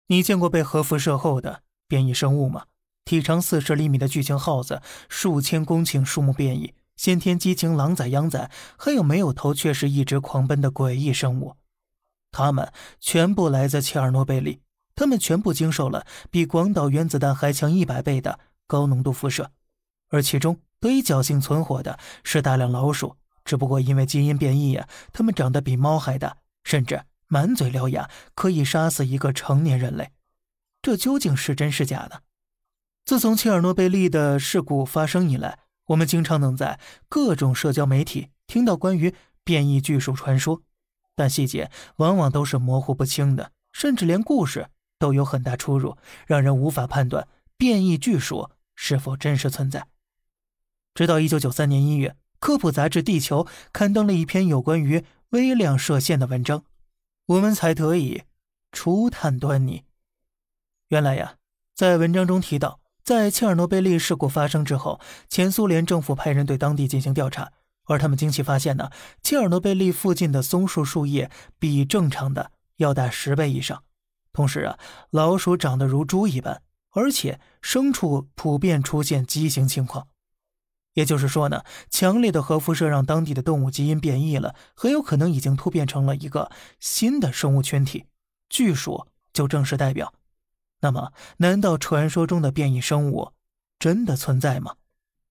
你见过被核辐射后的变异生物吗？体长40厘米的巨型耗子，数千公顷树木变异，先天畸形狼崽、羊崽，还有没有头却是一直狂奔的诡异生物。它们全部来自切尔诺贝利，它们全部经受了比广岛原子弹还强100倍的高浓度辐射，而其中得以侥幸存活的是大量老鼠，只不过因为基因变异它们长得比猫还大，甚至满嘴獠牙，可以杀死一个成年人类。这究竟是真是假呢？自从切尔诺贝利的事故发生以来，我们经常能在各种社交媒体听到关于变异巨鼠传说，但细节往往都是模糊不清的，甚至连故事都有很大出入，让人无法判断变异巨鼠是否真实存在。直到1993年1月，科普杂志《地球》刊登了一篇有关于微量射线的文章，我们才得以初探端倪。原来在文章中提到，在切尔诺贝利事故发生之后，前苏联政府派人对当地进行调查，而他们惊奇发现切尔诺贝利附近的松树树叶比正常的要大10倍以上，同时老鼠长得如猪一般，而且牲畜普遍出现畸形情况。也就是说强烈的核辐射让当地的动物基因变异了，很有可能已经突变成了一个新的生物群体，巨鼠就正是代表。那么，难道传说中的变异生物真的存在吗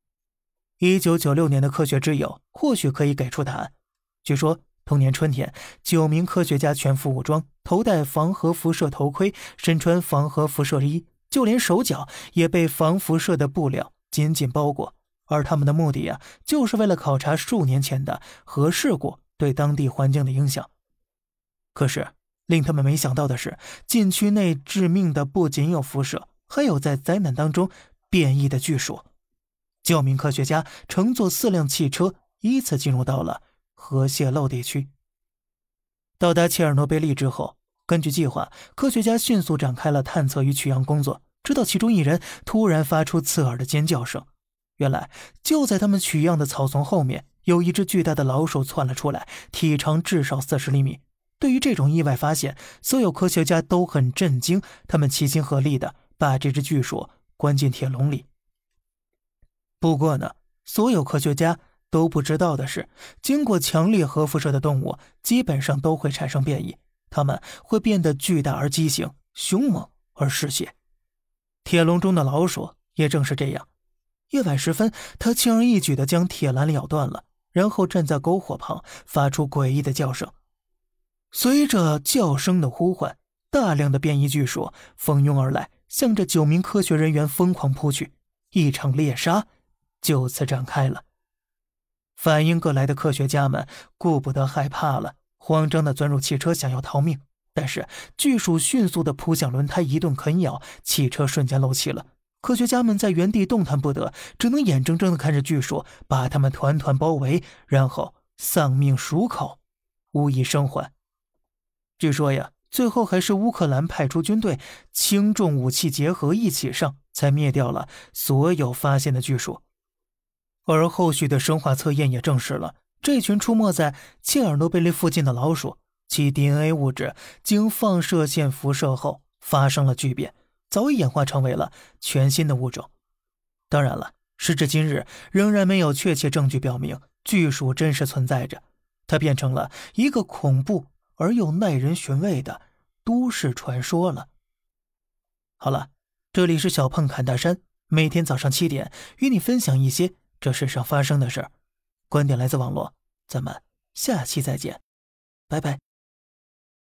？1996年的科学之友或许可以给出答案。据说同年春天，9名科学家全副武装，头戴防核辐射头盔，身穿防核辐射衣，就连手脚也被防辐射的布料紧紧包裹。而他们的目的就是为了考察数年前的核事故对当地环境的影响。可是令他们没想到的是，禁区内致命的不仅有辐射，还有在灾难当中变异的巨鼠。9名科学家乘坐4辆汽车，依次进入到了核泄漏地区。到达切尔诺贝利之后，根据计划，科学家迅速展开了探测与取样工作，直到其中一人突然发出刺耳的尖叫声。原来就在他们取样的草丛后面，有一只巨大的老鼠窜了出来，体长至少40厘米。对于这种意外发现，所有科学家都很震惊，他们齐心合力地把这只巨鼠关进铁笼里。不过所有科学家都不知道的是，经过强烈核辐射的动物基本上都会产生变异，它们会变得巨大而畸形，凶猛而嗜血。铁笼中的老鼠也正是这样。夜晚时分，它轻而易举地将铁栏咬断了，然后站在篝火旁发出诡异的叫声。随着叫声的呼唤，大量的变异巨鼠蜂拥而来，向着9名科学人员疯狂扑去，一场猎杀就此展开了。反应过来的科学家们顾不得害怕了，慌张地钻入汽车想要逃命，但是巨鼠迅速地扑向轮胎，一顿啃咬，汽车瞬间漏气了。科学家们在原地动弹不得，只能眼睁睁地看着巨鼠把他们团团包围，然后丧命数口，无一生还。据说最后还是乌克兰派出军队，轻重武器结合一起上，才灭掉了所有发现的巨鼠。而后续的生化测验也证实了，这群出没在切尔诺贝利附近的老鼠，其 DNA 物质经放射线辐射后发生了巨变，早已演化成为了全新的物种。当然了，时至今日仍然没有确切证据表明巨鼠真实存在着，它变成了一个恐怖而又耐人寻味的都市传说了。好了，这里是小胖侃大山，每天早上7点与你分享一些这世上发生的事儿，观点来自网络，咱们下期再见，拜拜。